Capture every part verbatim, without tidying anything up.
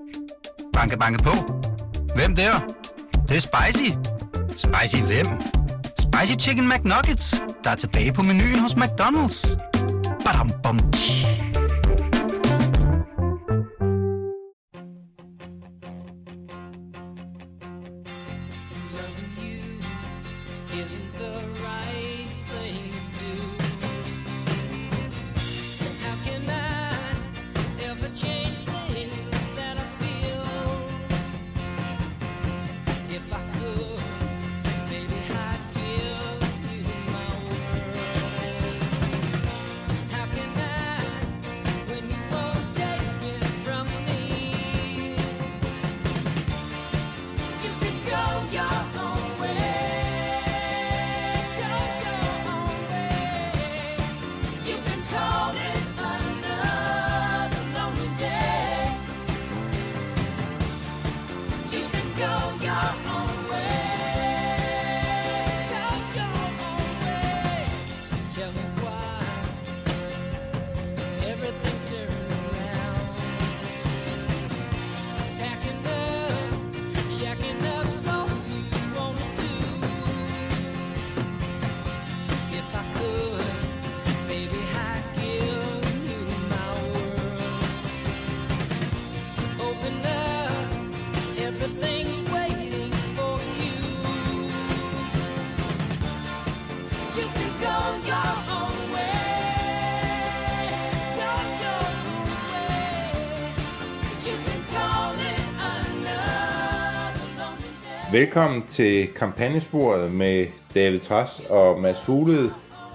Banke, banke på. Hvem der? Det, det er spicy. Spicy hvem? Spicy Chicken McNuggets, der er tilbage på menuen hos McDonald's. Badum, bom, tji. Velkommen til kampagnesporet med David Trads og Mads Fuglede,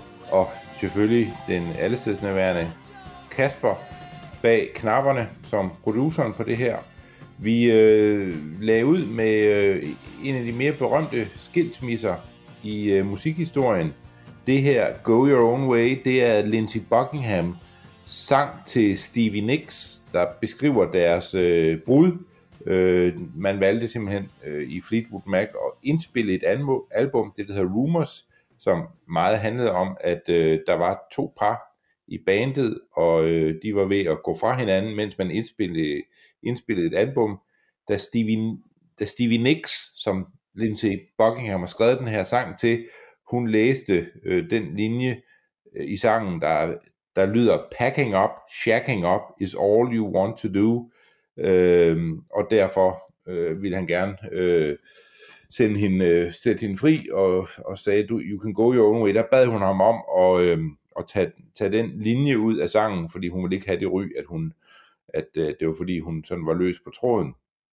og selvfølgelig den allestedsnærværende Kasper bag knapperne som produceren på det her. Vi øh, lagde ud med øh, en af de mere berømte skilsmisser i øh, musikhistorien. Det her, Go Your Own Way, det er Lindsey Buckingham sang til Stevie Nicks, der beskriver deres øh, brud. Øh, man valgte simpelthen øh, i Fleetwood Mac at indspille et anmo- album, det der hedder Rumors, som meget handlede om, at øh, der var to par i bandet, og øh, de var ved at gå fra hinanden, mens man indspillede, indspillede et album. Da Stevie, da Stevie Nicks, som Lindsey Buckingham har skrevet den her sang til, hun læste øh, den linje øh, i sangen, der, der lyder "Packing up, shacking up is all you want to do", Øhm, og derfor øh, ville han gerne øh, sende hende, øh, sætte hende fri, og, og sagde, du, you can go your own way. Der bad hun ham om at, øh, at tage, tage den linje ud af sangen, fordi hun ville ikke have det ry, at, hun, at øh, det var fordi hun sådan var løs på tråden.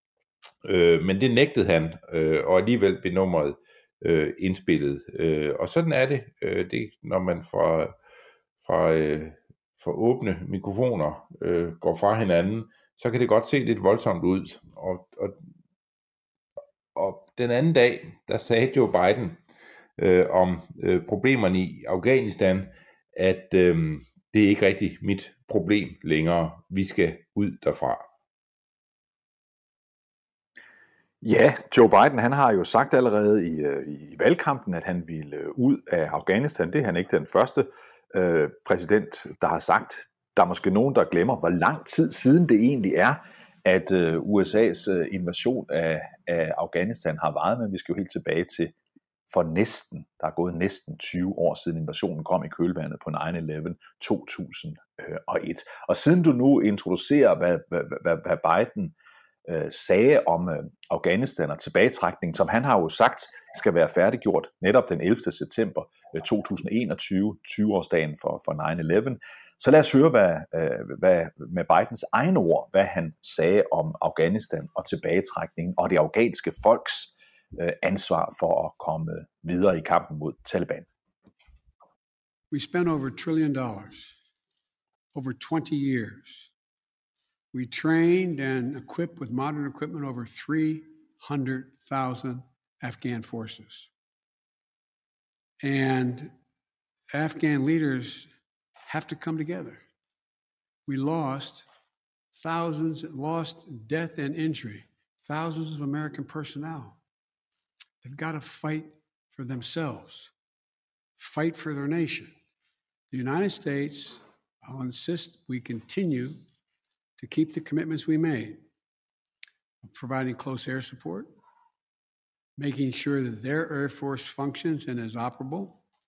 Øh, men det nægtede han, øh, og alligevel blev nummeret øh, indspillet. Øh, og sådan er det, øh, det når man fra, fra, øh, fra åbne mikrofoner øh, går fra hinanden, så kan det godt se lidt voldsomt ud. Og, og, og den anden dag, der sagde Joe Biden øh, om øh, problemerne i Afghanistan, at øh, det er ikke rigtig mit problem længere. Vi skal ud derfra. Ja, Joe Biden, han har jo sagt allerede i, i valgkampen, at han ville ud af Afghanistan. Det er han ikke den første øh, præsident, der har sagt. Der er måske nogen, der glemmer, hvor lang tid siden det egentlig er, at øh, U S A's øh, invasion af, af Afghanistan har varet, men vi skal jo helt tilbage til for næsten, der er gået næsten tyve år siden invasionen kom i kølvandet på nine eleven to tusind og et. Og siden du nu introducerer, hvad, hvad, hvad, hvad Biden øh, sagde om øh, Afghanistan og tilbagetrækning, som han har jo sagt skal være færdiggjort netop den ellevte september to tusind og enogtyve, tyve-årsdagen for, for nine eleven. Så lad os høre, hvad, øh, hvad, med Bidens egne ord, hvad han sagde om Afghanistan og tilbagetrækning og det afghanske folks øh, ansvar for at komme videre i kampen mod Taliban. We spent over a trillion dollars over twenty years. We trained and equipped with modern equipment over three hundred thousand Afghan forces. And Afghan leaders have to come together. We lost thousands, lost death and injury, thousands of American personnel. They've got to fight for themselves, fight for their nation. The United States, I'll insist we continue to keep the commitments we made. providing close air support, making sure that their Air Force functions and is operable,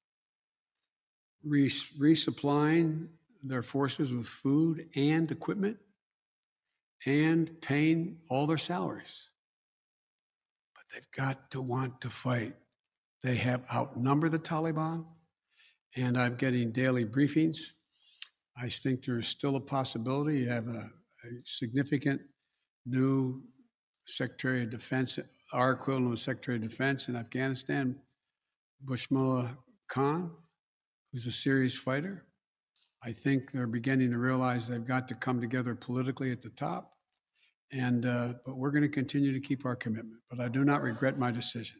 res- resupplying their forces with food and equipment, and paying all their salaries. But they've got to want to fight. They have outnumbered the Taliban, and I'm getting daily briefings. I think there is still a possibility. You have a, a significant new Secretary of Defense, our equivalent of Secretary of Defense in Afghanistan, Bushmullah Khan, who's a serious fighter. I think they're beginning to realize they've got to come together politically at the top. And uh, but we're going to continue to keep our commitment. But I do not regret my decision.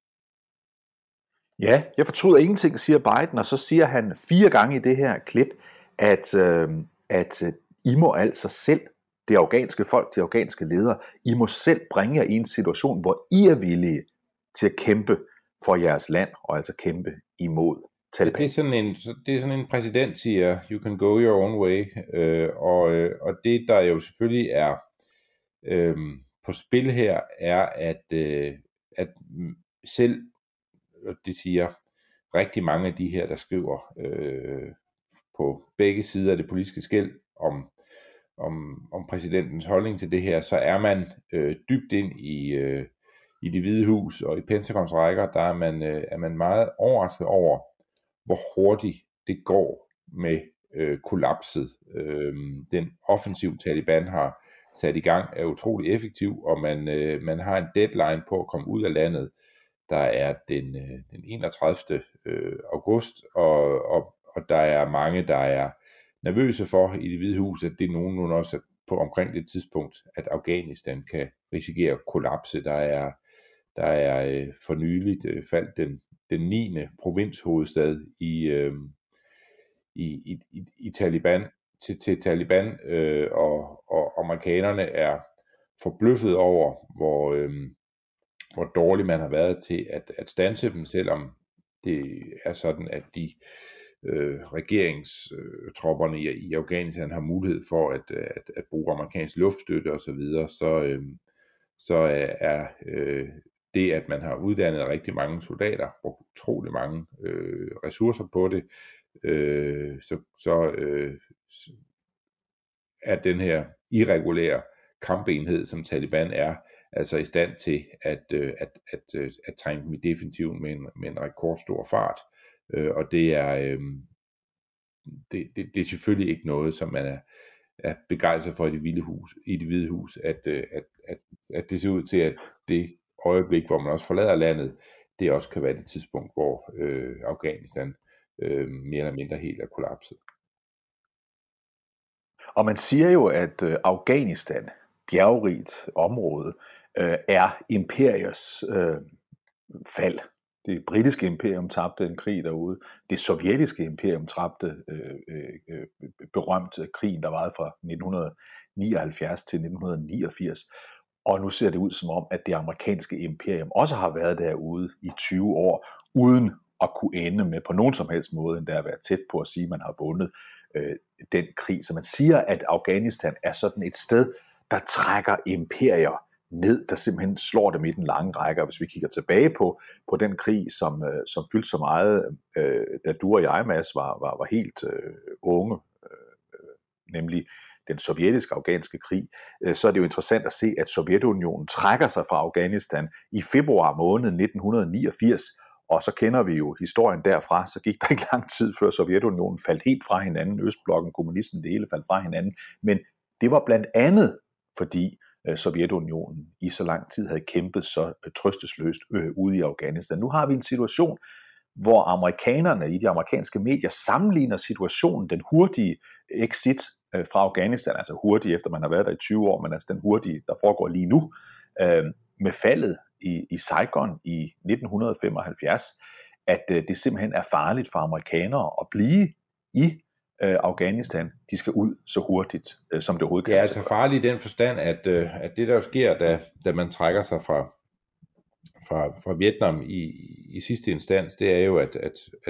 Ja, jeg fortryder ingenting, siger Biden, og så siger han fire gange i det her klip, at, øh, at øh, I må altså selv, det afghanske folk, de afghanske ledere, I må selv bringe jer i en situation, hvor I er villige til at kæmpe for jeres land, og altså kæmpe imod Taliban. Det er sådan en, det er sådan en præsident siger, you can go your own way, øh, og, og det der jo selvfølgelig er øh, på spil her, er at, øh, at selv, det siger rigtig mange af de her, der skriver øh, på begge sider af det politiske skel om, om, om præsidentens holdning til det her, så er man øh, dybt ind i, øh, i Det Hvide Hus og i Pentagons rækker, der er man, øh, er man meget overrasket over, hvor hurtigt det går med øh, kollapset. Øh, den offensiv Taliban har sat i gang er utrolig effektiv, og man, øh, man har en deadline på at komme ud af landet, der er den, øh, den enogtredivte august, og, og, og der er mange, der er nervøse for i Det Hvide Hus, at det er nogenlunde også på omkring det tidspunkt, at Afghanistan kan risikere at kollapse. Der er, der er øh, for nyligt øh, faldt den, den niende provinshovedstad i, øh, i, i, i Taliban, til, til Taliban, øh, og, og amerikanerne er forbløffet over, hvor, øh, hvor dårligt man har været til at, at standse dem, selvom det er sådan, at de øh, regeringstropperne i, i Afghanistan har mulighed for at, at, at bruge amerikansk luftstøtte osv., så, videre, så, øh, så er øh, det, at man har uddannet rigtig mange soldater, brugt utrolig mange øh, ressourcer på det, øh, så, så øh, er den her irregulære kampenhed, som Taliban er, altså i stand til at, at, at, at, at trænge dem i defensiven med en, med en rekordstor fart. Og det er, det, det, det er selvfølgelig ikke noget, som man er, er begejstret for i det, vilde hus, i det Hvide Hus, at, at, at, at det ser ud til, at det øjeblik, hvor man også forlader landet, det også kan være det tidspunkt, hvor øh, Afghanistan øh, mere eller mindre helt er kollapset. Og man siger jo, at øh, Afghanistan, bjergrigt område, øh, er imperiers øh, fald. Det britiske imperium tabte en krig derude. Det sovjetiske imperium tabte øh, øh, berømt krigen, der varede fra nitten nioghalvfjerds til nitten niogfirs. Og nu ser det ud som om, at det amerikanske imperium også har været derude i tyve år, uden at kunne ende med på nogen som helst måde, end der at være tæt på at sige, at man har vundet øh, den krig. Så man siger, at Afghanistan er sådan et sted, der trækker imperier ned, der simpelthen slår dem i den lange række. Og hvis vi kigger tilbage på, på den krig, som, øh, som fyldte så meget, øh, da du og jeg, Mads, var, var, var helt øh, unge, øh, nemlig den sovjetisk-afghanske krig, øh, så er det jo interessant at se, at Sovjetunionen trækker sig fra Afghanistan i februar måned nitten niogfirs, og så kender vi jo historien derfra, så gik der ikke lang tid før Sovjetunionen faldt helt fra hinanden, Østblokken, kommunismen, det hele faldt fra hinanden, men det var blandt andet, fordi Sovjetunionen i så lang tid havde kæmpet så trøstesløst øh, ude i Afghanistan. Nu har vi en situation, hvor amerikanerne i de amerikanske medier sammenligner situationen, den hurtige exit øh, fra Afghanistan, altså hurtigt efter man har været der i tyve år, men altså den hurtige, der foregår lige nu, øh, med faldet i, i Saigon i nitten femoghalvfjerds, at øh, det simpelthen er farligt for amerikanere at blive i Øh, Afghanistan, de skal ud så hurtigt, øh, som det overhovedet kan. Det er altså farligt i den forstand, at, øh, at det der sker, da, da man trækker sig fra, fra, fra Vietnam i, i sidste instans, det er jo, at, at, at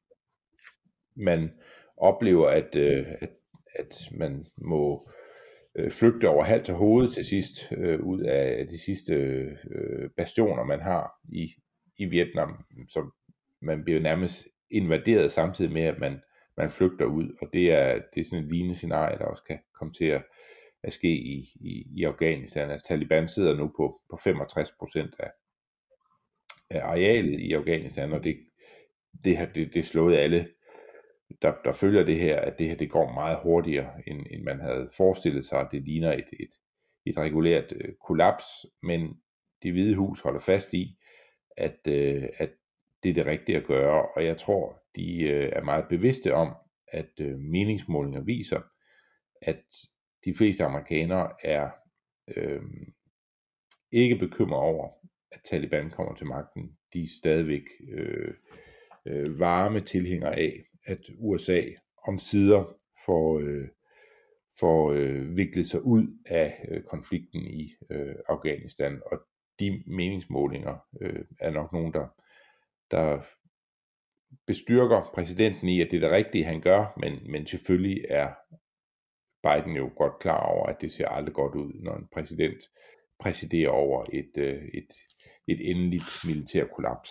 man oplever, at, øh, at, at man må øh, flygte over hals og hoved til sidst, øh, ud af de sidste øh, bastioner, man har i, i Vietnam. Så man bliver nærmest invaderet samtidig med, at man, man flygter ud, og det er, det er sådan et lignende scenarie, der også kan komme til at, at ske i, i, i Afghanistan. Altså Taliban sidder nu på, på femogtres procent af, af arealet i Afghanistan, og det, det, har, det, det slået alle, der, der følger det her, at det her det går meget hurtigere, end, end man havde forestillet sig. Det ligner et, et, et regulært øh, kollaps, men Det Hvide Hus holder fast i, at, øh, at det er det rigtige at gøre, og jeg tror, de øh, er meget bevidste om, at øh, meningsmålinger viser, at de fleste amerikanere er øh, ikke bekymret over, at Taliban kommer til magten. De er stadigvæk øh, øh, varme tilhængere af, at U S A omsider får, øh, får øh, viklet sig ud af øh, konflikten i øh, Afghanistan, og de meningsmålinger øh, er nok nogen, der, der bestyrker præsidenten i, at det er det rigtige, han gør, men, men selvfølgelig er Biden jo godt klar over, at det ser aldrig godt ud, når en præsident præsiderer over et, øh, et, et endeligt militær kollaps.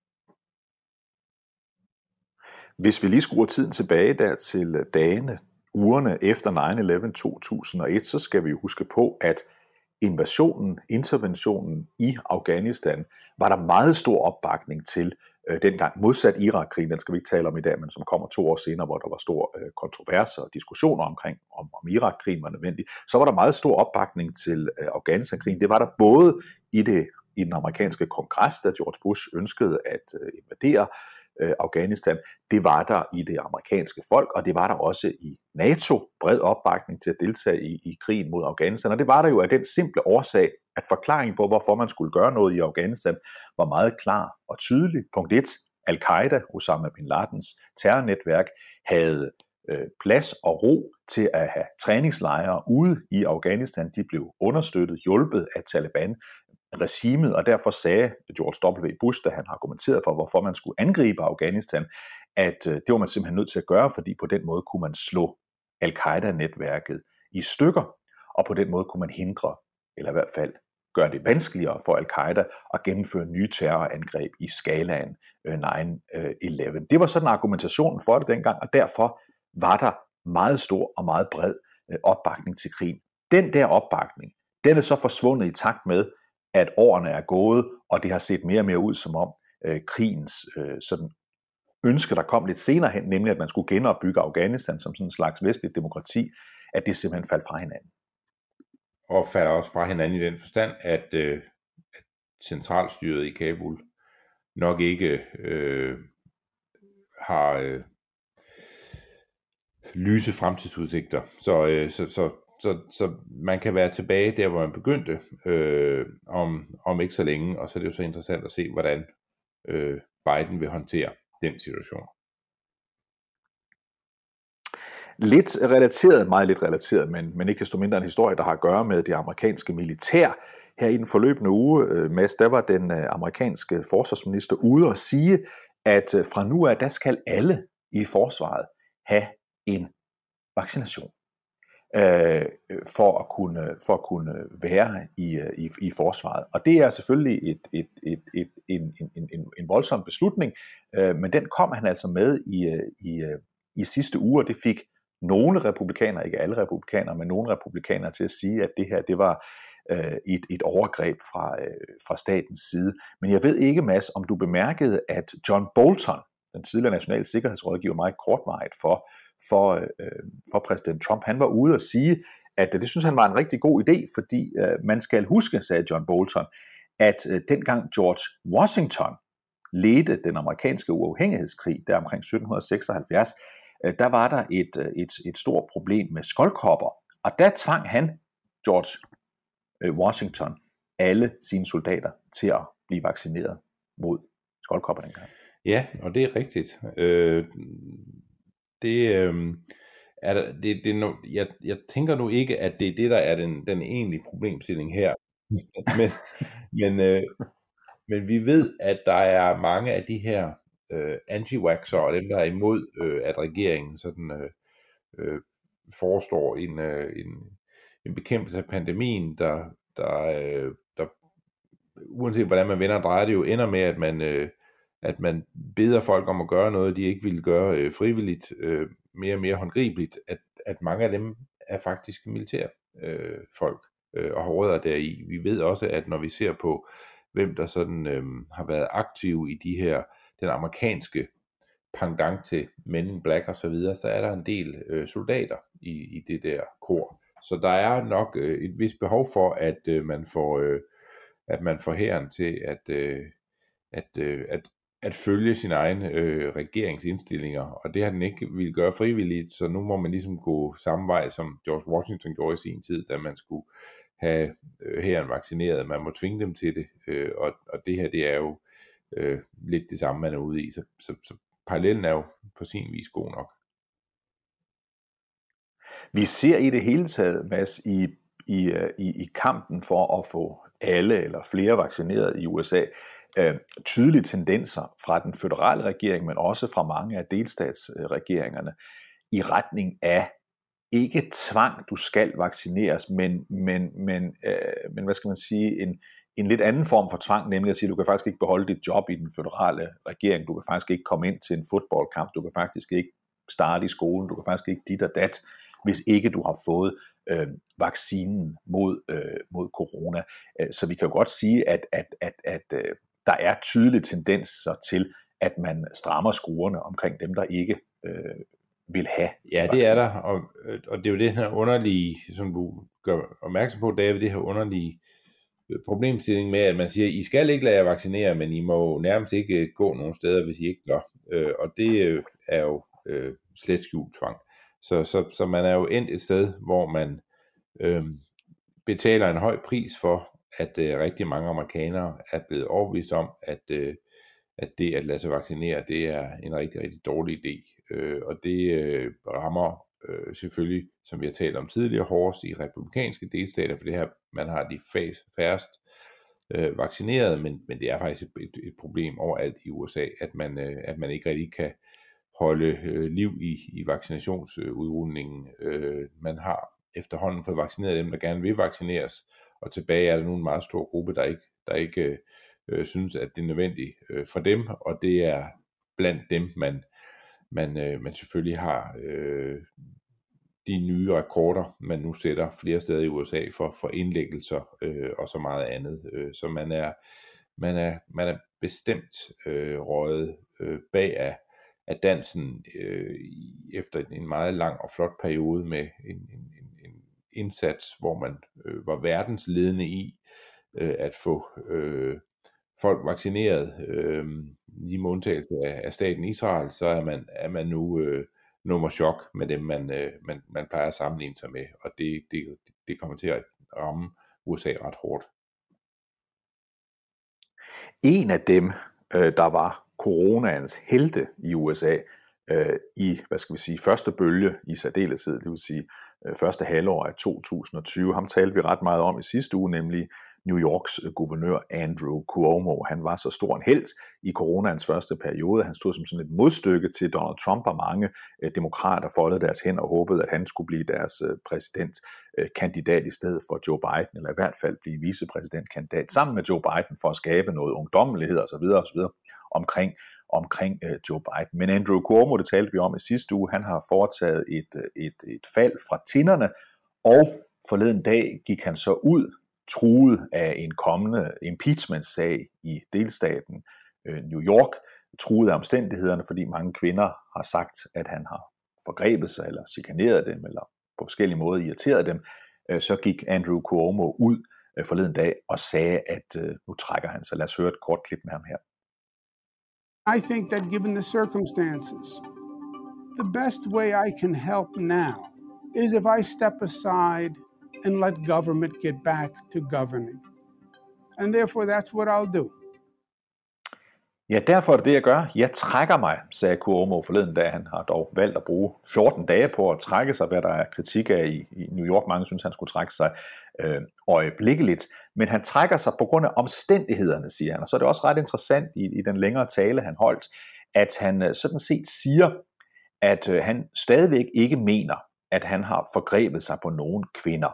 Hvis vi lige skruer tiden tilbage der til dagene, ugerne efter nine eleven to tusind og et, så skal vi huske på, at invasionen, interventionen i Afghanistan, var der meget stor opbakning til øh, dengang, modsat Irak-krigen, den skal vi ikke tale om i dag, men som kommer to år senere, hvor der var stor øh, kontroverser og diskussioner omkring, om, om Irak-krigen var nødvendig, så var der meget stor opbakning til øh, Afghanistan-krigen. Det var der både i, det, i den amerikanske kongres, da George Bush ønskede at øh, invadere øh, Afghanistan. Det var der i det amerikanske folk, og det var der også i NATO, bred opbakning til at deltage i, i krigen mod Afghanistan. Og det var der jo af den simple årsag, at forklaringen på, hvorfor man skulle gøre noget i Afghanistan, var meget klar og tydelig. Punkt et. Al-Qaida, Osama bin Ladens terrornetværk, havde øh, plads og ro til at have træningslejre ude i Afghanistan. De blev understøttet, hjulpet af Taliban-regimet, og derfor sagde George W. Bush, da han argumenterede for, hvorfor man skulle angribe Afghanistan, at øh, det var man simpelthen nødt til at gøre, fordi på den måde kunne man slå Al-Qaida-netværket i stykker, og på den måde kunne man hindre, eller i hvert fald gøre det vanskeligere for Al-Qaida at gennemføre nye terrorangreb i skalaen nine eleven. Det var sådan argumentationen for det dengang, og derfor var der meget stor og meget bred opbakning til krigen. Den der opbakning, den er så forsvundet i takt med, at årene er gået, og det har set mere og mere ud som om øh, krigens øh, sådan ønske, der kom lidt senere hen, nemlig at man skulle genopbygge Afghanistan som sådan en slags vestligt demokrati, at det simpelthen faldt fra hinanden. Og falder også fra hinanden i den forstand, at, øh, at centralstyret i Kabul nok ikke øh, har øh, lyse fremtidsudsigter. Så, øh, så, så, så, så man kan være tilbage der, hvor man begyndte øh, om, om ikke så længe, og så er det jo så interessant at se, hvordan øh, Biden vil håndtere den situation. Lidt relateret, meget lidt relateret, men, men ikke desto mindre en historie, der har at gøre med det amerikanske militær. Her i den forløbende uge, Mads, der var den amerikanske forsvarsminister ude og sige, at fra nu af, der skal alle i forsvaret have en vaccination øh, for, at kunne, for at kunne være i, i, i forsvaret. Og det er selvfølgelig et, et, et, et, en, en, en, en voldsom beslutning, øh, men den kom han altså med i, i, i sidste uge, og det fik nogle republikanere, ikke alle republikanere, men nogle republikanere til at sige, at det her, det var øh, et, et overgreb fra, øh, fra statens side. Men jeg ved ikke, Mads, om du bemærkede, at John Bolton, den tidligere nationale sikkerhedsrådgiver, meget kortvarigt for, for, øh, for præsident Trump, han var ude og sige, at det synes han var en rigtig god idé, fordi øh, man skal huske, sagde John Bolton, at øh, dengang George Washington ledte den amerikanske uafhængighedskrig, der omkring sytten seksoghalvfjerds, der var der et, et, et stort problem med skoldkopper, og der tvang han, George Washington, alle sine soldater til at blive vaccineret mod skoldkopper dengang. Ja, og det er rigtigt. Øh, det, øh, er der, det, det er no, jeg, jeg tænker nu ikke, at det er det, der er den, den egentlige problemstilling her, men, men, øh, men vi ved, at der er mange af de her Uh, anti-vaxxer og dem, der er imod, uh, at regeringen sådan, uh, uh, forestår en, uh, en, en bekæmpelse af pandemien, der, der, øh, der uanset hvordan man vender og drejer det jo, ender med, at man, øh, at man beder folk om at gøre noget, de ikke ville gøre øh, frivilligt, øh, mere og mere håndgribeligt, at, at mange af dem er faktisk militær øh, folk øh, og har rødder deri. Vi ved også, at når vi ser på, hvem der sådan øh, har været aktive i de her, den amerikanske pendant til Men in Black og så videre, så er der en del øh, soldater i, i det der kor. Så der er nok øh, et vist behov for, at øh, man får øh, at man får hæren til at øh, at, øh, at at følge sin egen øh, regeringsindstillinger, og det har den ikke ville gøre frivilligt, så nu må man ligesom gå samme vej, som George Washington gjorde i sin tid, da man skulle have øh, hæren vaccineret. Man må tvinge dem til det, øh, og, og det her, det er jo øh, lidt det samme, man er ude i, så, så, så parallellen er jo på sin vis god nok. Vi ser i det hele taget, Mads, i, i, i, i kampen for at få alle eller flere vaccineret i U S A, øh, tydelige tendenser fra den føderale regering, men også fra mange af delstatsregeringerne, i retning af ikke tvang, du skal vaccineres, men, men, men, øh, men hvad skal man sige, en, en lidt anden form for tvang, nemlig at sige, du kan faktisk ikke beholde dit job i den føderale regering, du kan faktisk ikke komme ind til en fodboldkamp, du kan faktisk ikke starte i skolen, du kan faktisk ikke dit og dat, hvis ikke du har fået øh, vaccinen mod, øh, mod corona. Så vi kan jo godt sige, at, at, at, at øh, der er tydelige tendenser til, at man strammer skruerne omkring dem, der ikke øh, vil have. Ja, det er der, og, og det er jo det her underlige, som du gør opmærksom på, David, det her underlige problemstilling med, at man siger, I skal ikke lade jer vaccinere, men I må nærmest ikke gå nogen steder, hvis I ikke gør. Øh, og det er jo øh, slet skjult tvang. Så, så, så man er jo endt et sted, hvor man øh, betaler en høj pris for, at øh, rigtig mange amerikanere er blevet overbevist om, at, øh, at det at lade sig vaccinere, det er en rigtig, rigtig dårlig idé. Øh, og det øh, rammer øh, selvfølgelig, som vi har talt om tidligere, hårdest i republikanske delstater, for det her, man har de færrest øh, vaccineret, men, men det er faktisk et, et problem overalt i U S A, at man, øh, at man ikke rigtig kan holde øh, liv i, i vaccinationsudrulningen. Øh, man har efterhånden fået vaccineret dem, der gerne vil vaccineres, og tilbage er der nu en meget stor gruppe, der ikke, der ikke øh, synes, at det er nødvendigt øh, for dem, og det er blandt dem, man, man, øh, man selvfølgelig har øh, de nye rekorder, man nu sætter flere steder i U S A for, for indlæggelser øh, og så meget andet. Øh, så man er, man er, man er bestemt øh, røget øh, bag af af dansen øh, efter en meget lang og flot periode med en, en, en indsats, hvor man øh, var verdensledende i øh, at få øh, folk vaccineret, øh, lige med undtagelse af, af staten Israel, så er man, er man nu øh, nummer chok med dem, man, øh, man, man plejer at sammenligne sig med, og det, det, det kommer til at ramme U S A ret hårdt. En af dem, øh, der var coronaens helte i U S A øh, i, hvad skal vi sige, første bølge i særdeleshed, det vil sige øh, første halvår af to tusind og tyve. Ham talte vi ret meget om i sidste uge, nemlig New Yorks øh, guvernør Andrew Cuomo. Han var så stor en helt i coronaens første periode. Han stod som sådan et modstykke til Donald Trump, og mange øh, demokrater foldede deres hænder og håbede, at han skulle blive deres øh, præsidentkandidat øh, i stedet for Joe Biden, eller i hvert fald blive vicepræsidentkandidat sammen med Joe Biden for at skabe noget ungdommelighed osv. osv. omkring, omkring øh, Joe Biden. Men Andrew Cuomo, det talte vi om i sidste uge, han har foretaget et, et, et fald fra tinderne, og forleden dag gik han så ud, truet af en kommende impeachment-sag i delstaten øh, New York, truet af omstændighederne, fordi mange kvinder har sagt, at han har forgrebet sig, eller chikaneret dem, eller på forskellige måder irriteret dem. Øh, så gik Andrew Cuomo ud øh, forleden dag og sagde, at øh, nu trækker han sig. Lad os høre et kort klip med ham her. I think that given the circumstances, the best way I can help now is if I step aside and let government get back to governing. And therefore, that's what I'll do. Ja, derfor er det det, jeg gør. Jeg trækker mig, sagde Cuomo forleden dag. Han har dog valgt at bruge fjorten dage på at trække sig, hvad der er kritik af i, i New York. Mange synes, han skulle trække sig øh, øjeblikkeligt. Men han trækker sig på grund af omstændighederne, siger han. Og så er det også ret interessant i, i den længere tale, han holdt, at han øh, sådan set siger, at øh, han stadigvæk ikke mener, at han har forgrebet sig på nogen kvinder.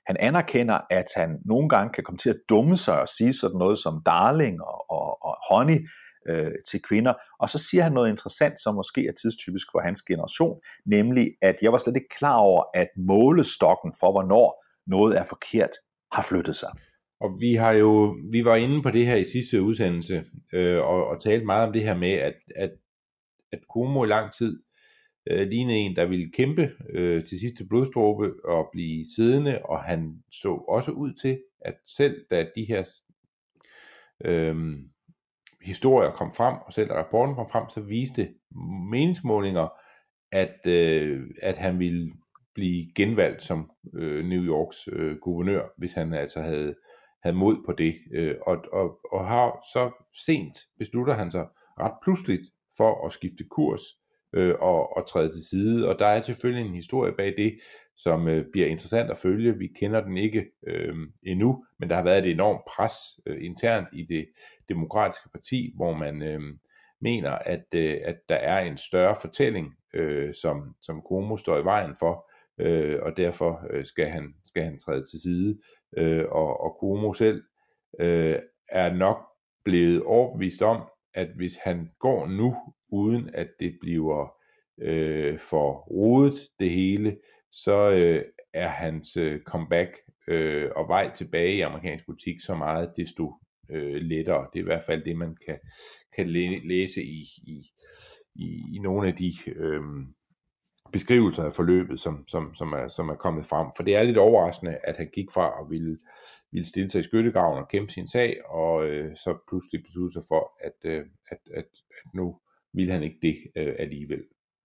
han anerkender, at han nogle gange kan komme til at dumme sig og sige sådan noget som darling og, og, og honey øh, til kvinder. Og så siger han noget interessant, som måske er tidstypisk for hans generation, nemlig at jeg var slet ikke klar over, at målestokken for, hvornår noget er forkert, har flyttet sig. Og vi har jo, vi var inde på det her i sidste udsendelse, øh, og, og talte meget om det her med, at, at, at Cuomo i lang tid øh, lignede en, der ville kæmpe øh, til sidste blodstråbe og blive siddende, og han så også ud til, at selv da de her øh, historier kom frem, og selv da rapporten kom frem, så viste meningsmålinger, at, øh, at han ville blive genvalgt som øh, New Yorks øh, guvernør, hvis han altså havde, havde mod på det. Øh, og, og, og har så sent beslutter han sig ret pludseligt for at skifte kurs øh, og, og træde til side. Og der er selvfølgelig en historie bag det, som øh, bliver interessant at følge. Vi kender den ikke øh, endnu, men der har været et enormt pres øh, internt i det demokratiske parti, hvor man øh, mener, at, øh, at der er en større fortælling, øh, som, som Cuomo står i vejen for, Øh, og derfor øh, skal, han, skal han træde til side. Øh, og, og Cuomo selv øh, er nok blevet overbevist om, at hvis han går nu, uden at det bliver øh, for rodet det hele, så øh, er hans øh, comeback øh, og vej tilbage i amerikansk politik så meget desto øh, lettere. Det er i hvert fald det, man kan, kan læse i, i, i, i nogle af de Øh, beskrivelser af forløbet, som, som, som, er, som er kommet frem. For det er lidt overraskende, at han gik fra at ville, ville stille sig i skyttegraven og kæmpe sin sag, og øh, så pludselig besluttede sig for, at, øh, at, at, at nu ville han ikke det øh, alligevel.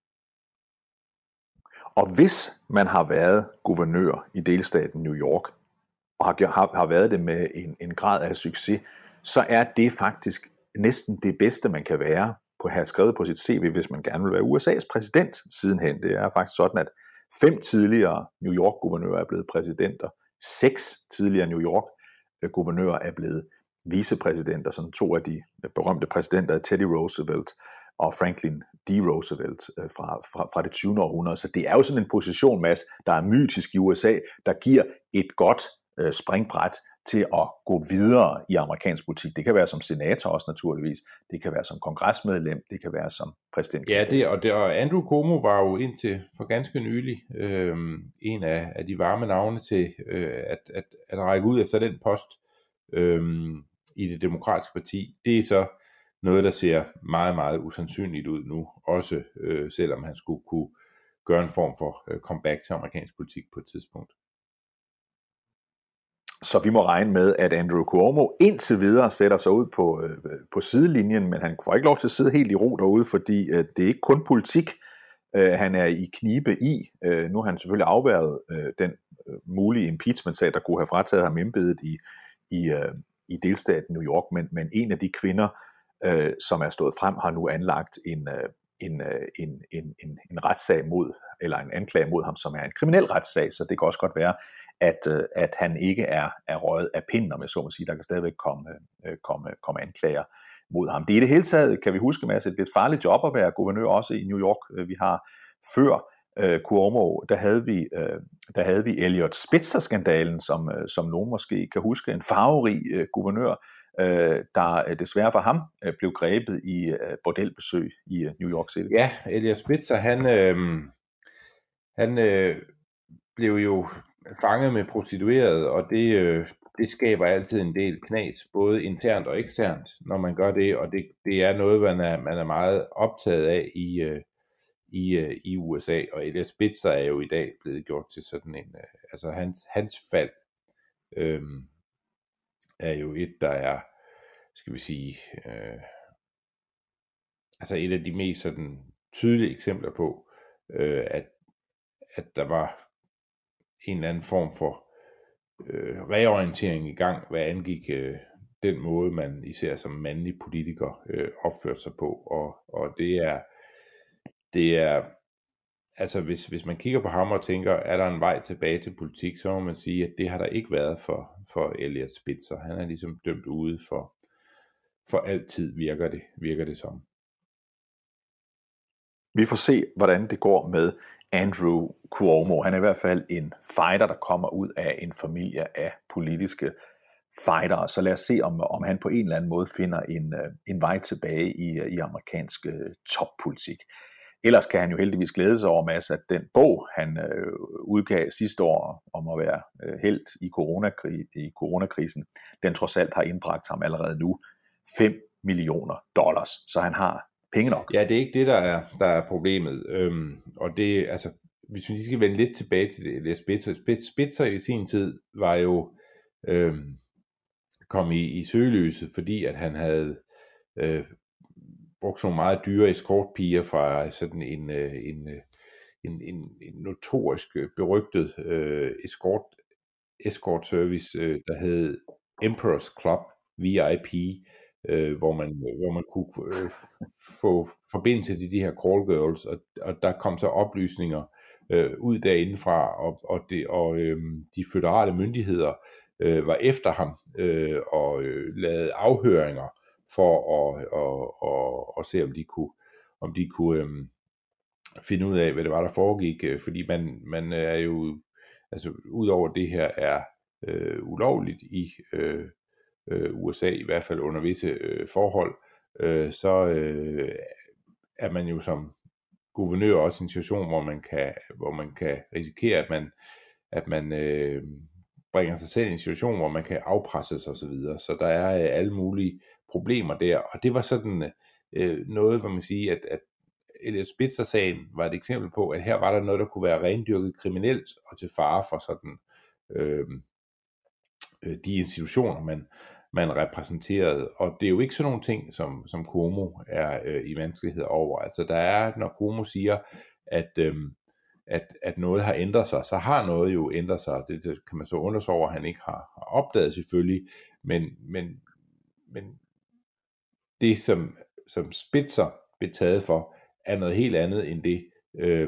Og hvis man har været guvernør i delstaten New York, og har, har, har været det med en, en grad af succes, så er det faktisk næsten det bedste, man kan være på at have skrevet på sit C V, hvis man gerne vil være U S A's præsident sidenhen. Det er faktisk sådan, at fem tidligere New York-guvernører er blevet præsidenter, seks tidligere New York-guvernører er blevet vicepræsidenter, sådan to af de berømte præsidenter, Teddy Roosevelt og Franklin D. Roosevelt fra, fra, fra det tyvende århundrede. Så det er jo sådan en position, Mads, der er mytisk i U S A, der giver et godt øh, springbræt til at gå videre i amerikansk politik. Det kan være som senator også naturligvis, det kan være som kongresmedlem, det kan være som præsident. Ja, det, og, det, og Andrew Cuomo var jo indtil for ganske nylig øh, en af, af de varme navne til øh, at, at, at række ud efter den post øh, i det demokratiske parti. Det er så noget, der ser meget, meget usandsynligt ud nu, også øh, selvom han skulle kunne gøre en form for øh, comeback til amerikansk politik på et tidspunkt. Så vi må regne med, at Andrew Cuomo indtil videre sætter sig ud på, øh, på sidelinjen, men han får ikke lov til at sidde helt i ro derude, fordi øh, det er ikke kun politik, øh, han er i knibe i. Øh, nu har han selvfølgelig afværget øh, den øh, mulige impeachment-sag, der kunne have frataget ham embedet i, i, øh, i delstaten New York, men, men en af de kvinder, øh, som er stået frem, har nu anlagt en, øh, en, øh, en, en, en, en retssag mod, eller en anklage mod ham, som er en kriminel retssag, så det kan også godt være, at, at han ikke er, er røget af pinden, om jeg så må sige. Der kan stadigvæk komme, komme, komme anklager mod ham. Det er i det hele taget, kan vi huske, Mads, et lidt farligt job at være guvernør også i New York. Vi har før uh, Cuomo, der havde vi, uh, der havde vi Elliot Spitzer-skandalen, som, uh, som nogen måske kan huske, en farverig uh, guvernør, uh, der uh, desværre for ham uh, blev grebet i uh, bordelbesøg i uh, New York City. Ja, Elliot Spitzer, han, øh, han øh, blev jo fanget med prostitueret, og det, øh, det skaber altid en del knas, både internt og eksternt, når man gør det, og det, det er noget, man er, man er meget optaget af i, øh, i, øh, i U S A, og Elliot Spitzer er jo i dag blevet gjort til sådan en, øh, altså hans, hans fald øh, er jo et, der er, skal vi sige, øh, altså et af de mest sådan tydelige eksempler på, øh, at, at der var en eller anden form for øh, reorientering i gang, hvad angik øh, den måde, man især som mandlig politiker øh, opførte sig på. Og, og det er, det er, altså hvis, hvis man kigger på ham og tænker, er der en vej tilbage til politik, så må man sige, at det har der ikke været for, for Elliot Spitzer. Han er ligesom dømt ude for, for altid, virker det, virker det som. Vi får se, hvordan det går med Andrew Cuomo. Han er i hvert fald en fighter, der kommer ud af en familie af politiske fightere. Så lad os se, om, om han på en eller anden måde finder en, en vej tilbage i, i amerikansk toppolitik. Ellers kan han jo heldigvis glæde sig over, Mads, at den bog, han øh, udgav sidste år om at være øh, helt i, coronakri- i coronakrisen, den trods alt har indbragt ham allerede nu fem millioner dollars. Så han har penge nok. Ja, det er ikke det, der er, der er problemet. Øhm, og det, altså, hvis vi skal vende lidt tilbage til det, det Spitzer. Spitzer i sin tid var jo øhm, kom i, i søgelyset, fordi at han havde øh, brugt nogle meget dyre escortpiger fra sådan en, en, en, en, en notorisk berygtet øh, escort, escort service, øh, der hed Emperor's Club, V I P, øh, hvor, man, hvor man kunne øh, få forbindelse til de her call girls, og, og der kom så oplysninger øh, ud derindefra, og, og, det, og øh, de føderale myndigheder øh, var efter ham øh, og øh, lavede afhøringer for at, og, og, og se, om de kunne, om de kunne øhm, finde ud af, hvad det var, der foregik, øh, fordi man, man er jo, altså udover det her er øh, ulovligt i øh, øh, U S A, i hvert fald under visse øh, forhold, øh, så øh, er man jo som guvernør også i en situation, hvor man kan, hvor man kan risikere, at man, at man øh, bringer sig selv i en situation, hvor man kan afpresses og så videre. Så der er øh, alle mulige problemer der, og det var sådan øh, noget, hvor man siger, at, at Elliot Spitzer-sagen var et eksempel på, at her var der noget, der kunne være rendyrket kriminelt og til fare for sådan øh, de institutioner, man, man repræsenterede. Og det er jo ikke sådan nogle ting, som, som Cuomo er øh, i vanskeligheder over. Altså der er, når Cuomo siger, at, øh, at, at noget har ændret sig, så har noget jo ændret sig. Det, det kan man så undre sig over, at han ikke har, har opdaget selvfølgelig, men, men, men det, som, som Spitzer blev taget for, er noget helt andet end det, øh,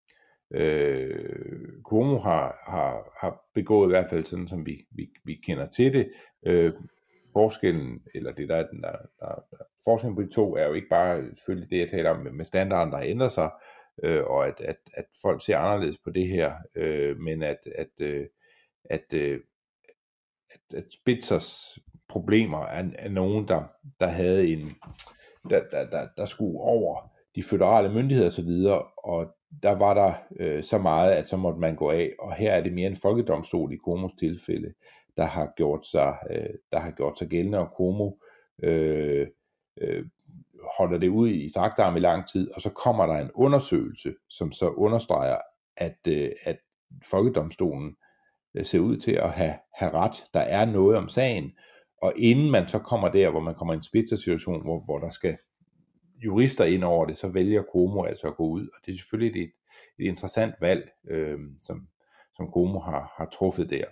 øh, Cuomo har, har, har begået, i hvert fald sådan, som vi, vi, vi kender til det. Øh, forskellen, eller det der, der, der, der forskellen på de to, er jo ikke bare selvfølgelig det, jeg taler om med standarden, der ændrer sig, øh, og at, at, at folk ser anderledes på det her, øh, men at, at, øh, at, øh, at, at Spitzers problemer er, er nogen, der, der havde en, der, der, der, der skulle over de føderale myndigheder og så videre, og der var der øh, så meget, at så måtte man gå af, og her er det mere en folkedomstol i Cuomos tilfælde, der har gjort sig, øh, der har gjort sig gældende, og Cuomo øh, øh, holder det ud i strakt arm i lang tid, og så kommer der en undersøgelse, som så understreger, at, øh, at folkedomstolen øh, ser ud til at have, have ret. Der er noget om sagen, og inden man så kommer der, hvor man kommer i en Spitzer-situation, hvor, hvor der skal jurister ind over det, så vælger Cuomo altså at gå ud, og det er selvfølgelig et, et interessant valg, øh, som, som Cuomo har, har truffet der.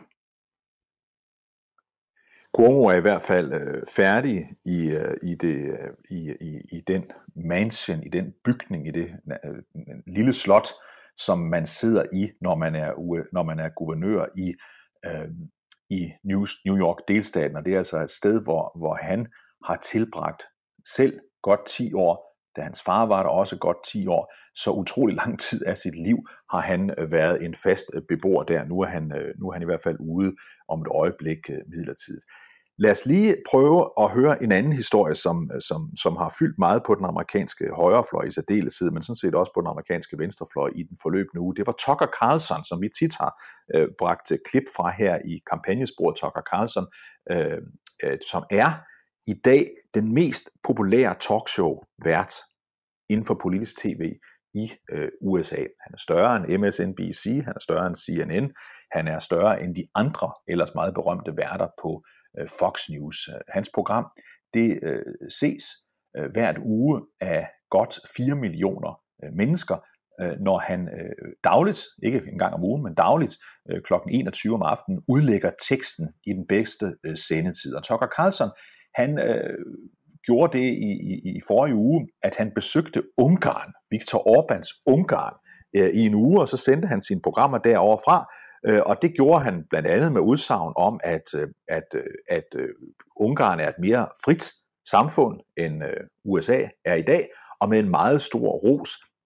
Cuomo er i hvert fald øh, færdig i, øh, i, det, øh, i, i, i den mansion, i den bygning, i det øh, lille slot, som man sidder i, når man er, når man er guvernør i, øh, i New, New York delstaten, og det er altså et sted, hvor, hvor han har tilbragt selv godt ti år, da hans far var der også godt ti år, så utrolig lang tid af sit liv har han været en fast beboer der. Nu er han, nu er han i hvert fald ude om et øjeblik midlertidigt. Lad os lige prøve at høre en anden historie, som, som, som har fyldt meget på den amerikanske højrefløj i særdeleshed, men sådan set også på den amerikanske venstrefløj i den forløbende uge. Det var Tucker Carlson, som vi tit har øh, bragt klip fra her i kampagnesporet. Tucker Carlson, øh, øh, som er i dag den mest populære talkshow-vært inden for politisk tv i øh, U S A. Han er større end M S N B C, han er større end C N N, han er større end de andre ellers meget berømte værter på øh, Fox News. Hans program, det øh, ses øh, hvert uge af godt fire millioner øh, mennesker, øh, når han øh, dagligt, ikke engang om ugen, men dagligt øh, klokken enogtyve om aftenen udlægger teksten i den bedste øh, sendetid. Og Tucker Carlson, han øh, gjorde det i, i, i forrige uge, at han besøgte Ungarn, Viktor Orbáns Ungarn, øh, i en uge, og så sendte han sine programmer derovre fra, øh, og det gjorde han blandt andet med udsagn om, at, øh, at, øh, at øh, Ungarn er et mere frit samfund, end øh, U S A er i dag, og med en meget stor ros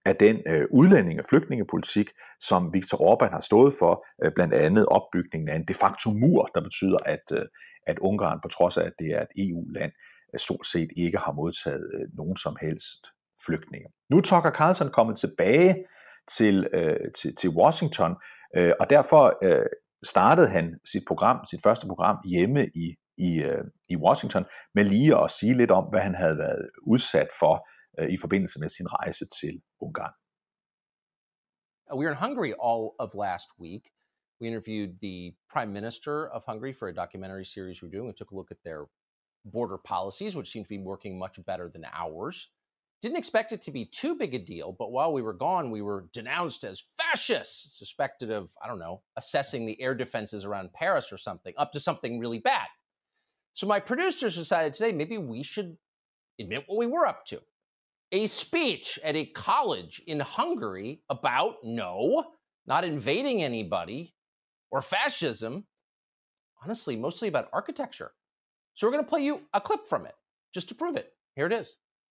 af den øh, udlændinge- og flygtningepolitik, som Viktor Orbán har stået for, øh, blandt andet opbygningen af en de facto mur, der betyder, at, øh, at Ungarn, på trods af, at det er et E U-land, øh, stort set ikke har modtaget øh, nogen som helst flygtninge. Nu er Tucker Carlson kommet tilbage til, øh, til, til Washington, øh, og derfor øh, startede han sit program, sit første program hjemme i, i, øh, i Washington, med lige at sige lidt om, hvad han havde været udsat for øh, i forbindelse med sin rejse til Ungarn. We were in Hungary all of last week. We interviewed the Prime Minister of Hungary for a documentary series we're doing. We took a look at their border policies, which seem to be working much better than ours. Didn't expect it to be too big a deal, but while we were gone, we were denounced as fascists, suspected of, I don't know, assessing the air defenses around Paris or something, up to something really bad. So my producers decided today maybe we should admit what we were up to. A speech at a college in Hungary about, no, not invading anybody or fascism, honestly, mostly about architecture. So we're going to play you a clip from it, just to prove it. Here it is.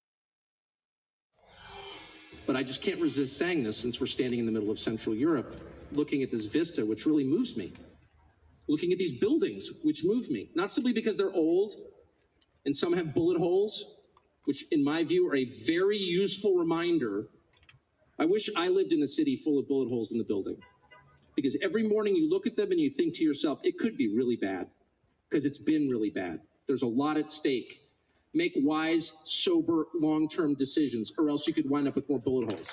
But I just can't resist saying this since we're standing in the middle of Central Europe, looking at this vista, which really moves me. Looking at these buildings, which move me. Not simply because they're old and some have bullet holes, which in my view are a very useful reminder. I wish I lived in a city full of bullet holes in the building. Because every morning you look at them and you think to yourself, it could be really bad. Because it's been really bad. There's a lot at stake. Make wise, sober, long-term decisions, or else you could wind up with more bullet holes.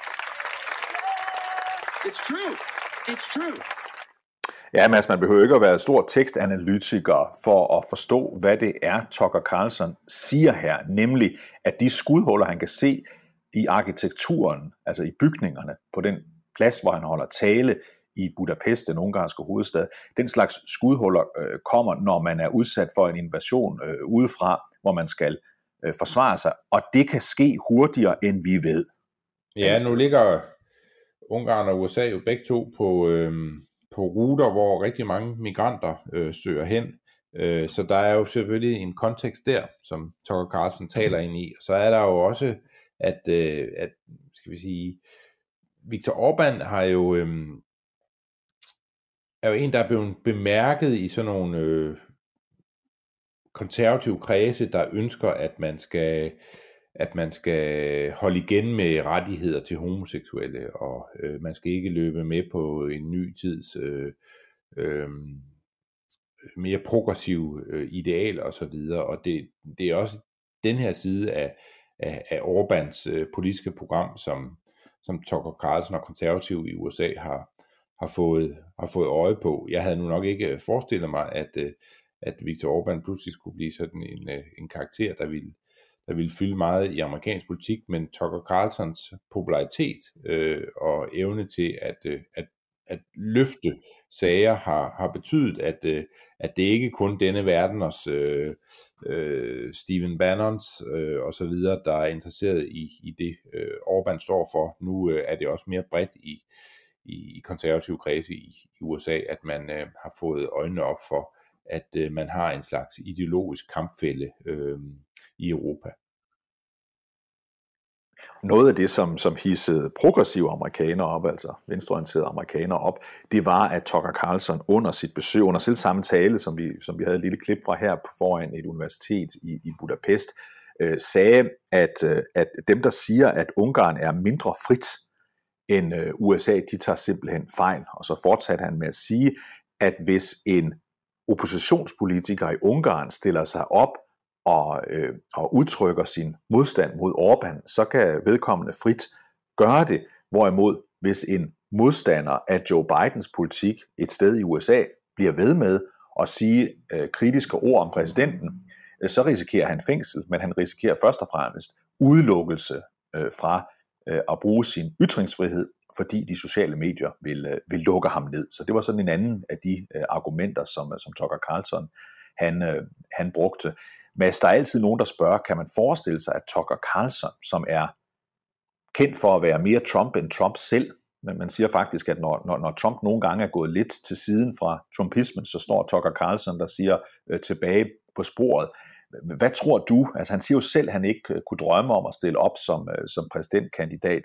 It's true. It's true. Ja, Mads, man behøver ikke at være stor tekstanalytiker for at forstå, hvad det er, Tucker Carlson siger her, nemlig at de skudhuller, han kan se i arkitekturen, altså i bygningerne, på den plads, hvor han holder tale i Budapest, den ungarske hovedstad, den slags skudhuller øh, kommer, når man er udsat for en invasion øh, udefra, hvor man skal øh, forsvare sig, og det kan ske hurtigere, end vi ved. Ja, nu ligger Ungarn og U S A jo begge to på... Øh... på ruter, hvor rigtig mange migranter øh, søger hen. Øh, så der er jo selvfølgelig en kontekst der, som Tucker Carlson taler ind i. Og så er der jo også, at, øh, at skal vi sige, Viktor Orbán har jo, øh, er jo en, der er blevet bemærket i sådan nogle øh, konservative kredse, der ønsker, at man skal at man skal holde igen med rettigheder til homoseksuelle, og øh, man skal ikke løbe med på en ny tids øh, øh, mere progressive øh, idealer og så videre. Og det, det er også den her side af, af, af Orbáns øh, politiske program, som, som Tucker Carlson og konservative i U S A har, har, fået, har fået øje på. Jeg havde nu nok ikke forestillet mig, at, øh, at Viktor Orbán pludselig skulle blive sådan en, øh, en karakter, der ville der ville fylde meget i amerikansk politik, men Tucker Carlsons popularitet øh, og evne til at, øh, at, at løfte sager har, har betydet, at, øh, at det ikke kun denne verdeners øh, øh, Stephen Bannons øh, og så videre, der er interesseret i, i det øh, Orbán står for. Nu øh, er det også mere bredt i, i, i konservative kredse i, i U S A, at man øh, har fået øjnene op for, at øh, man har en slags ideologisk kampfælle øh, i Europa. Noget af det, som, som hissede progressive amerikanere op, altså venstreorienterede amerikanere op, det var, at Tucker Carlson under sit besøg, under selv samme tale, som vi, som vi havde et lille klip fra her foran et universitet i, i Budapest, øh, sagde, at, øh, at dem, der siger, at Ungarn er mindre frit end øh, U S A, de tager simpelthen fejl. Og så fortsatte han med at sige, at hvis en oppositionspolitiker i Ungarn stiller sig op og, øh, og udtrykker sin modstand mod Orbán, så kan vedkommende frit gøre det. Hvorimod, hvis en modstander af Joe Bidens politik et sted i U S A bliver ved med at sige øh, kritiske ord om præsidenten, øh, så risikerer han fængsel, men han risikerer først og fremmest udelukkelse øh, fra øh, at bruge sin ytringsfrihed, fordi de sociale medier vil, øh, vil lukke ham ned. Så det var sådan en anden af de øh, argumenter, som, som Tucker Carlson han, øh, han brugte. Men der er altid nogen, der spørger, kan man forestille sig, at Tucker Carlson, som er kendt for at være mere Trump end Trump selv, men man siger faktisk, at når, når, når Trump nogle gange er gået lidt til siden fra trumpismen, så står Tucker Carlson, der siger øh, tilbage på sporet. Hvad tror du? Altså han siger jo selv, at han ikke kunne drømme om at stille op som, øh, som præsidentkandidat.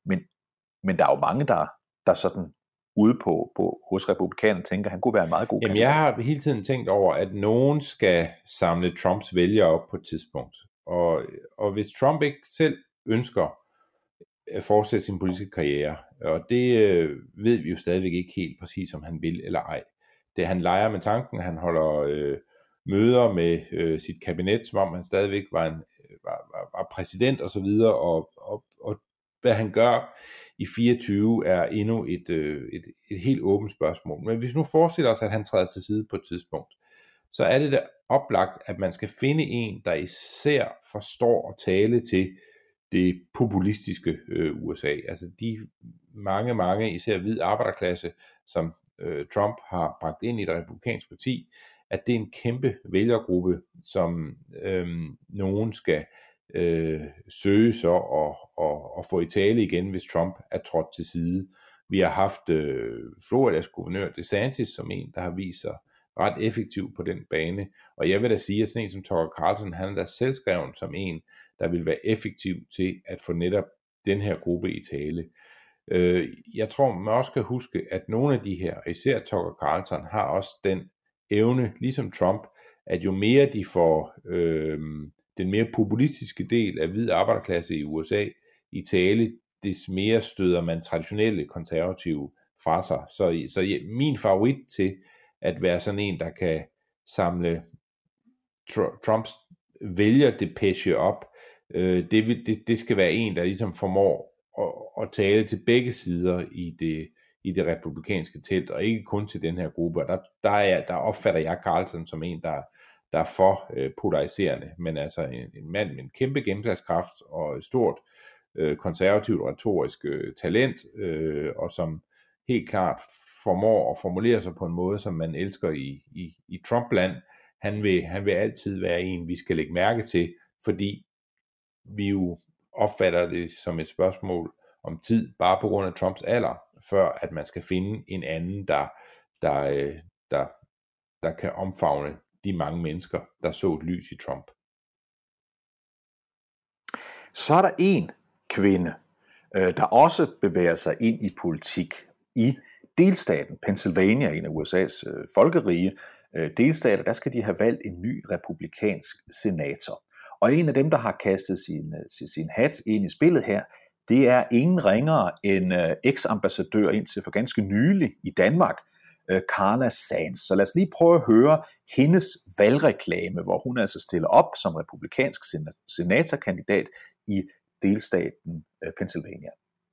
Men, men der er jo mange, der, der sådan ude på, på hos republikanerne tænker, at han kunne være en meget god Jamen, kandidat. jeg har hele tiden tænkt over, at nogen skal samle Trumps vælgere op på et tidspunkt. Og, og hvis Trump ikke selv ønsker at fortsætte sin politiske karriere, og det øh, ved vi jo stadigvæk ikke helt præcis, om han vil eller ej. Det han leger med tanken, han holder øh, møder med øh, sit kabinet, som om han stadigvæk var, en, var, var, var præsident og så videre, og, og, og hvad han gør i fireogtyve er endnu et, øh, et, et helt åbent spørgsmål. Men hvis nu forestiller os, at han træder til side på et tidspunkt, så er det da oplagt, at man skal finde en, der især forstår at tale til det populistiske øh, U S A. Altså de mange, mange, især hvid arbejderklasse, som øh, Trump har bragt ind i det republikanske parti, at det er en kæmpe vælgergruppe, som øh, nogen skal øh, søge så og, og, og få i tale igen, hvis Trump er trådt til side. Vi har haft øh, Floridas guvernør DeSantis som en, der har vist sig ret effektiv på den bane, og jeg vil da sige, at sådan en som Tucker Carlson, han er da selvskreven som en, der vil være effektiv til at få netop den her gruppe i tale. Øh, jeg tror, man også skal huske, at nogle af de her, især Tucker Carlson, har også den evne, ligesom Trump, at jo mere de får øh, den mere populistiske del af hvid arbejderklasse i U S A i tale, des mere støder man traditionelle konservative fra sig. Så, så ja, min favorit til at være sådan en, der kan samle tr- Trumps vælgerdepeche op, øh, det, det, det skal være en, der ligesom formår at, at tale til begge sider i det, i det republikanske telt, og ikke kun til den her gruppe. Og der, der, er, der opfatter jeg Carlson som en, der, der er for øh, polariserende, men altså en, en mand med en kæmpe gennemslagskraft og et stort øh, konservativt retorisk øh, talent, øh, og som helt klart formår at formulere sig på en måde, som man elsker i, i, i Trump-land. Han vil, han vil altid være en, vi skal lægge mærke til, fordi vi jo opfatter det som et spørgsmål om tid, bare på grund af Trumps alder, før at man skal finde en anden, der, der, der, der kan omfavne de mange mennesker, der så et lys i Trump. Så er der en kvinde, der også bevæger sig ind i politik i delstaten Pennsylvania, en af U S A's øh, folkerige øh, delstater. Der skal de have valgt en ny republikansk senator. Og en af dem, der har kastet sin, sin, sin hat ind i spillet her, det er ingen ringere end øh, eks-ambassadør indtil for ganske nylig i Danmark, øh, Carla Sands. Så lad os lige prøve at høre hendes valgreklame, hvor hun altså stiller op som republikansk senatorkandidat i delstaten øh, Pennsylvania.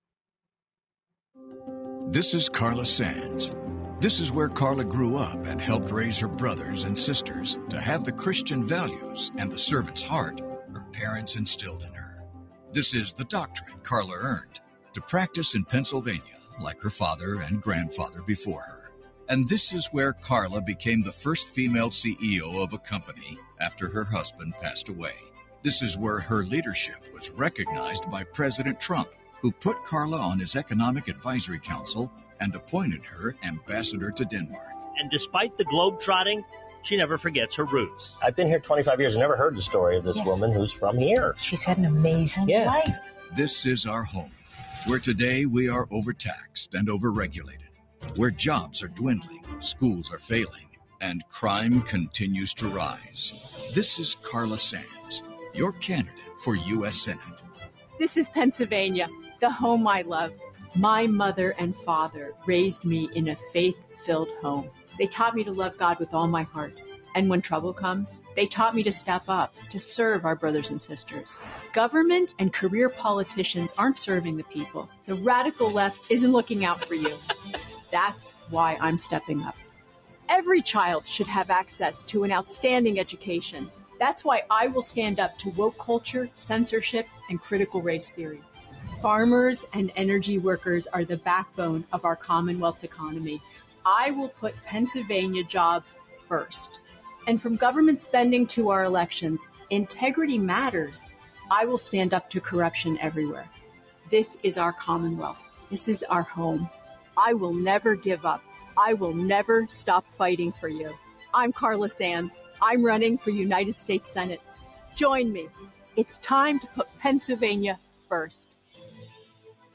This is Carla Sands. This is where Carla grew up and helped raise her brothers and sisters to have the Christian values and the servant's heart her parents instilled in her. This is the doctorate Carla earned to practice in Pennsylvania like her father and grandfather before her. And this is where Carla became the first female C E O of a company after her husband passed away. This is where her leadership was recognized by President Trump, who put Carla on his Economic Advisory Council and appointed her ambassador to Denmark. And despite the globe-trotting, she never forgets her roots. I've been here twenty-five years and never heard the story of this yes. woman who's from here. She's had an amazing yeah. life. This is our home, where today we are overtaxed and overregulated, where jobs are dwindling, schools are failing, and crime continues to rise. This is Carla Sands, your candidate for U S Senate. This is Pennsylvania, the home I love. My mother and father raised me in a faith-filled home. They taught me to love God with all my heart. And when trouble comes, they taught me to step up, to serve our brothers and sisters. Government and career politicians aren't serving the people. The radical left isn't looking out for you. That's why I'm stepping up. Every child should have access to an outstanding education. That's why I will stand up to woke culture, censorship, and critical race theory. Farmers and energy workers are the backbone of our Commonwealth's economy. I will put Pennsylvania jobs first. And from government spending to our elections, integrity matters. I will stand up to corruption everywhere. This is our Commonwealth. This is our home. I will never give up. I will never stop fighting for you. I'm Carla Sands. I'm running for United States Senate. Join me. It's time to put Pennsylvania first.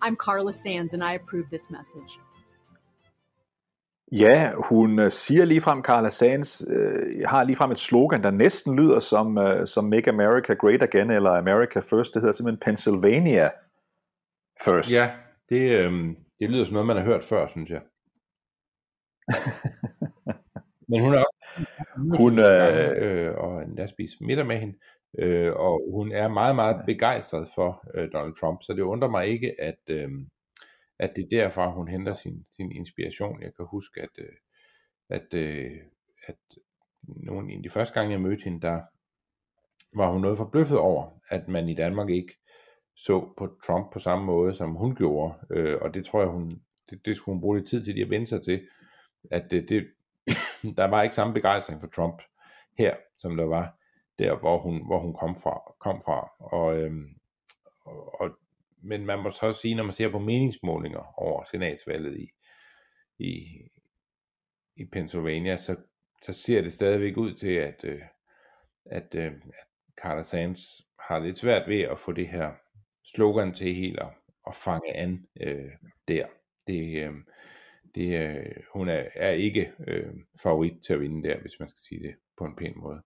I'm Carla Sands, and I approve this message. Ja, hun øh, siger ligefrem, Carla Sands øh, har ligefrem et slogan, der næsten lyder som, øh, som Make America Great Again, eller America First. Det hedder simpelthen Pennsylvania First. Ja, det, øh, det lyder som noget, man har hørt før, synes jeg. Men hun er også hun, øh, øh, og en spise middag med hende, øh, og hun er meget, meget begejstret for øh, Donald Trump, så det undrer mig ikke, at, øh, at det er derfra, hun henter sin, sin inspiration. Jeg kan huske, at, øh, at, øh, at nogle, en af de første gange, jeg mødte hende, der var hun noget forbløffet over, at man i Danmark ikke så på Trump på samme måde, som hun gjorde, øh, og det tror jeg, hun, det, det skulle hun bruge lidt tid til at vende sig til, at det, det der var ikke samme begejstring for Trump her, som der var der, hvor hun, hvor hun kom fra. Kom fra. Og, øhm, og, og, men man må så også sige, når man ser på meningsmålinger over senatsvalget i, i, i Pennsylvania, så, så ser det stadigvæk ud til, at, øh, at, øh, at Carla Sands har lidt svært ved at få det her slogan til helt at, at fange an øh, der. Det øh, Det, øh, hun er, er ikke øh, favorit til at vinde der, hvis man skal sige det på en pæn måde.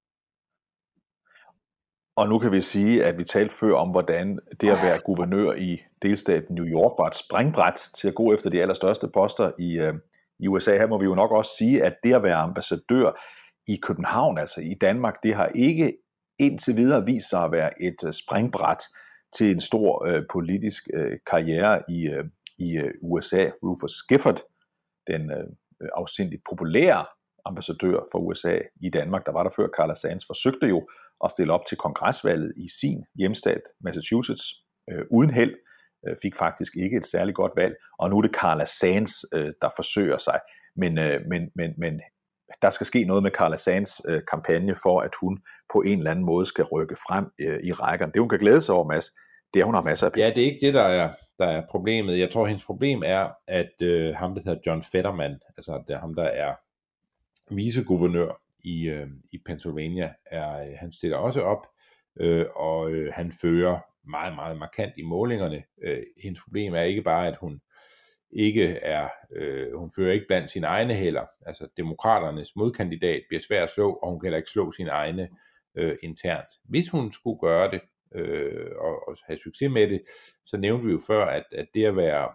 Og nu kan vi sige, at vi talte før om, hvordan det at være guvernør i delstaten New York var et springbræt til at gå efter de allerstørste poster i, øh, i U S A. Her må vi jo nok også sige, at det at være ambassadør i København, altså i Danmark, det har ikke indtil videre vist sig at være et øh, springbræt til en stor øh, politisk øh, karriere i, øh, i øh, U S A. Rufus Gifford, den øh, afsindigt populære ambassadør for U S A i Danmark, der var der før Carla Sands, forsøgte jo at stille op til kongresvalget i sin hjemstat, Massachusetts, øh, uden held, øh, fik faktisk ikke et særligt godt valg, og nu er det Carla Sands, øh, der forsøger sig, men, øh, men, men, men der skal ske noget med Carla Sands øh, kampagne, for at hun på en eller anden måde skal rykke frem øh, i rækkerne. Det hun kan glæde sig over, Mads, det er, hun har masser af penge. Ja, det er ikke det, der er, der er problemet. Jeg tror, hendes problem er, at øh, ham, der hedder John Fetterman, altså det er ham, der er viceguvernør i, øh, i Pennsylvania, er, øh, han stiller også op, øh, og øh, han fører meget, meget markant i målingerne. Øh, hendes problem er ikke bare, at hun ikke er, øh, hun fører ikke blandt sine egne heller. Altså demokraternes modkandidat bliver svær at slå, og hun kan heller ikke slå sine egne øh, internt. Hvis hun skulle gøre det, Øh, og, og have succes med det, så nævnte vi jo før, at, at det at være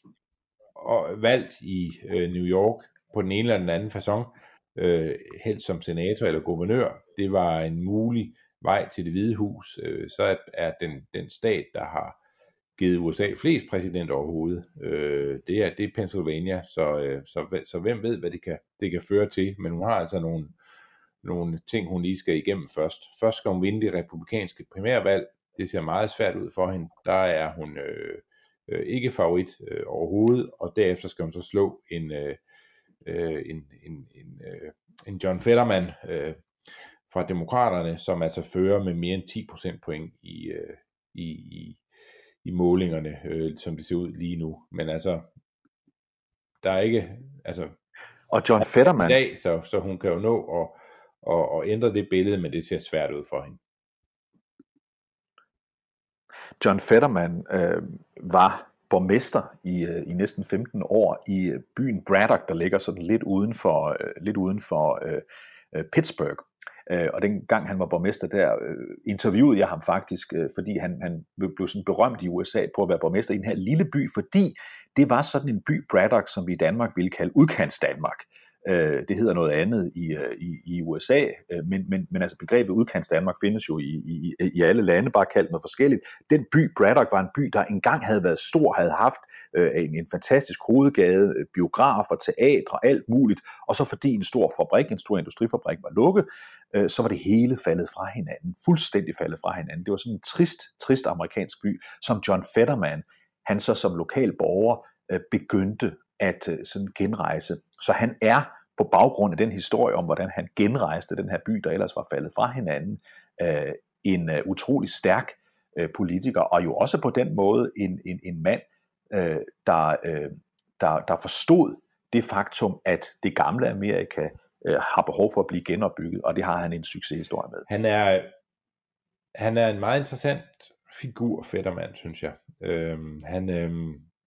og, valgt i øh, New York på den ene eller den anden facon, øh, helst som senator eller guvernør, det var en mulig vej til Det Hvide Hus. Øh, så er, er den, den stat, der har givet U S A flest præsidenter overhovedet, øh, det, er, det er Pennsylvania, så, øh, så, så hvem ved, hvad det kan, det kan føre til, men hun har altså nogle nogle ting, hun lige skal igennem først. Først skal hun vinde det republikanske primærvalg. Det ser meget svært ud for hende. Der er hun øh, øh, ikke favorit øh, overhovedet, og derefter skal hun så slå en, øh, en, en, en, øh, en John Fetterman øh, fra Demokraterne, som altså fører med mere end ti procentpoint i, øh, i, i, i målingerne, øh, som det ser ud lige nu. Men altså, der er ikke... Altså, og John Fetterman... I dag, så, så hun kan jo nå at Og, og ændre det billede, men det ser svært ud for hende. John Fetterman øh, var borgmester i, øh, i næsten femten år i byen Braddock, der ligger sådan lidt uden for, øh, lidt uden for øh, Pittsburgh. Øh, og dengang han var borgmester der, øh, interviewede jeg ham faktisk, øh, fordi han, han blev sådan berømt i U S A på at være borgmester i den her lille by, fordi det var sådan en by, Braddock, som vi i Danmark ville kalde udkants Danmark. Det hedder noget andet i, i, i U S A, men, men, men altså begrebet udkants Danmark findes jo i, i, i alle lande, bare kaldt noget forskelligt. Den by, Braddock, var en by, der engang havde været stor, havde haft øh, en, en fantastisk hovedgade, biografer, teatre, alt muligt, og så fordi en stor fabrik, en stor industrifabrik var lukket, øh, så var det hele faldet fra hinanden, fuldstændig faldet fra hinanden. Det var sådan en trist, trist amerikansk by, som John Fetterman, han så som lokal borger øh, begyndte at øh, sådan genrejse. Så han er på baggrund af den historie om, hvordan han genrejste den her by, der ellers var faldet fra hinanden, øh, en øh, utrolig stærk øh, politiker, og jo også på den måde en, en, en mand, øh, der, øh, der, der forstod det faktum, at det gamle Amerika øh, har behov for at blive genopbygget, og det har han en succeshistorie med. Han er, han er en meget interessant figur, Fetterman, synes jeg. Øhm, han, øhm,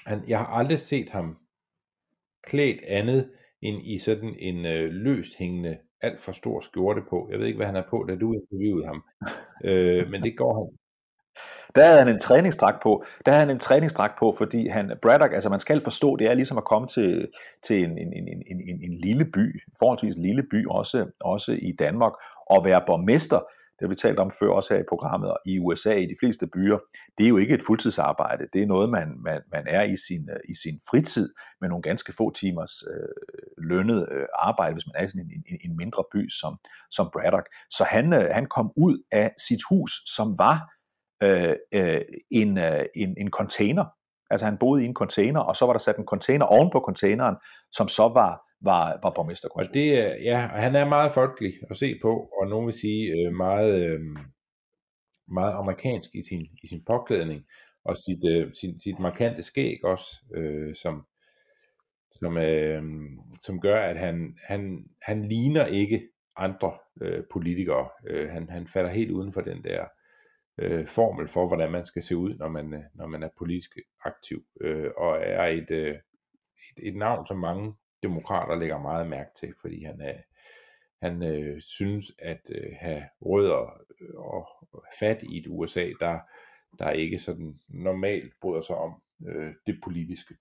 han, jeg har aldrig set ham klædt andet end i sådan en øh, løst hængende, alt for stor skjorte på. Jeg ved ikke, hvad han er på, da du interviewede ham. øh, men det går han. Der havde han en træningsdragt på. Der havde han en træningsdragt på, fordi han, Braddock, altså man skal forstå, det er ligesom at komme til, til en, en, en, en, en lille by, forholdsvis lille by, også, også i Danmark, og være borgmester. Det har vi talt om før også her i programmet, og i U S A, i de fleste byer, det er jo ikke et fuldtidsarbejde. Det er noget, man, man, man er i sin, i sin fritid, med nogle ganske få timers øh, lønnet øh, arbejde, hvis man er i sådan en, en, en mindre by som, som Braddock. Så han, øh, han kom ud af sit hus, som var øh, øh, en, øh, en, en container. Altså han boede i en container, og så var der sat en container oven på containeren, som så var var, var borgmesterkontor. Og det, ja, han er meget folkelig at se på, og nogen vil sige meget, meget amerikansk i sin, i sin påklædning, og sit, sit, sit markante skæg også, øh, som, som, øh, som gør, at han, han, han ligner ikke andre øh, politikere. Øh, han, han falder helt uden for den der øh, formel for, hvordan man skal se ud, når man, når man er politisk aktiv, øh, og er et, øh, et, et navn, som mange demokrater lægger meget mærke til, fordi han, er, han øh, synes at øh, have rødder og fat i et U S A, der, der ikke sådan normalt bryder sig om øh, det politiske.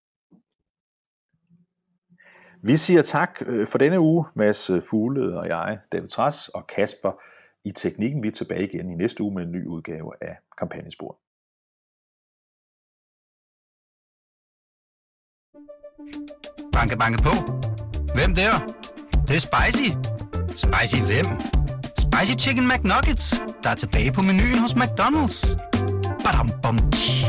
Vi siger tak for denne uge, Mads Fuglede og jeg, David Trads og Kasper i teknikken. Vi er tilbage igen i næste uge med en ny udgave af Kampagnespor. Banke, banke på. Hvem der? Det, det er spicy. Spicy hvem? Spicy Chicken McNuggets, der er tilbage på menuen hos McDonald's. Badum, bom, tji.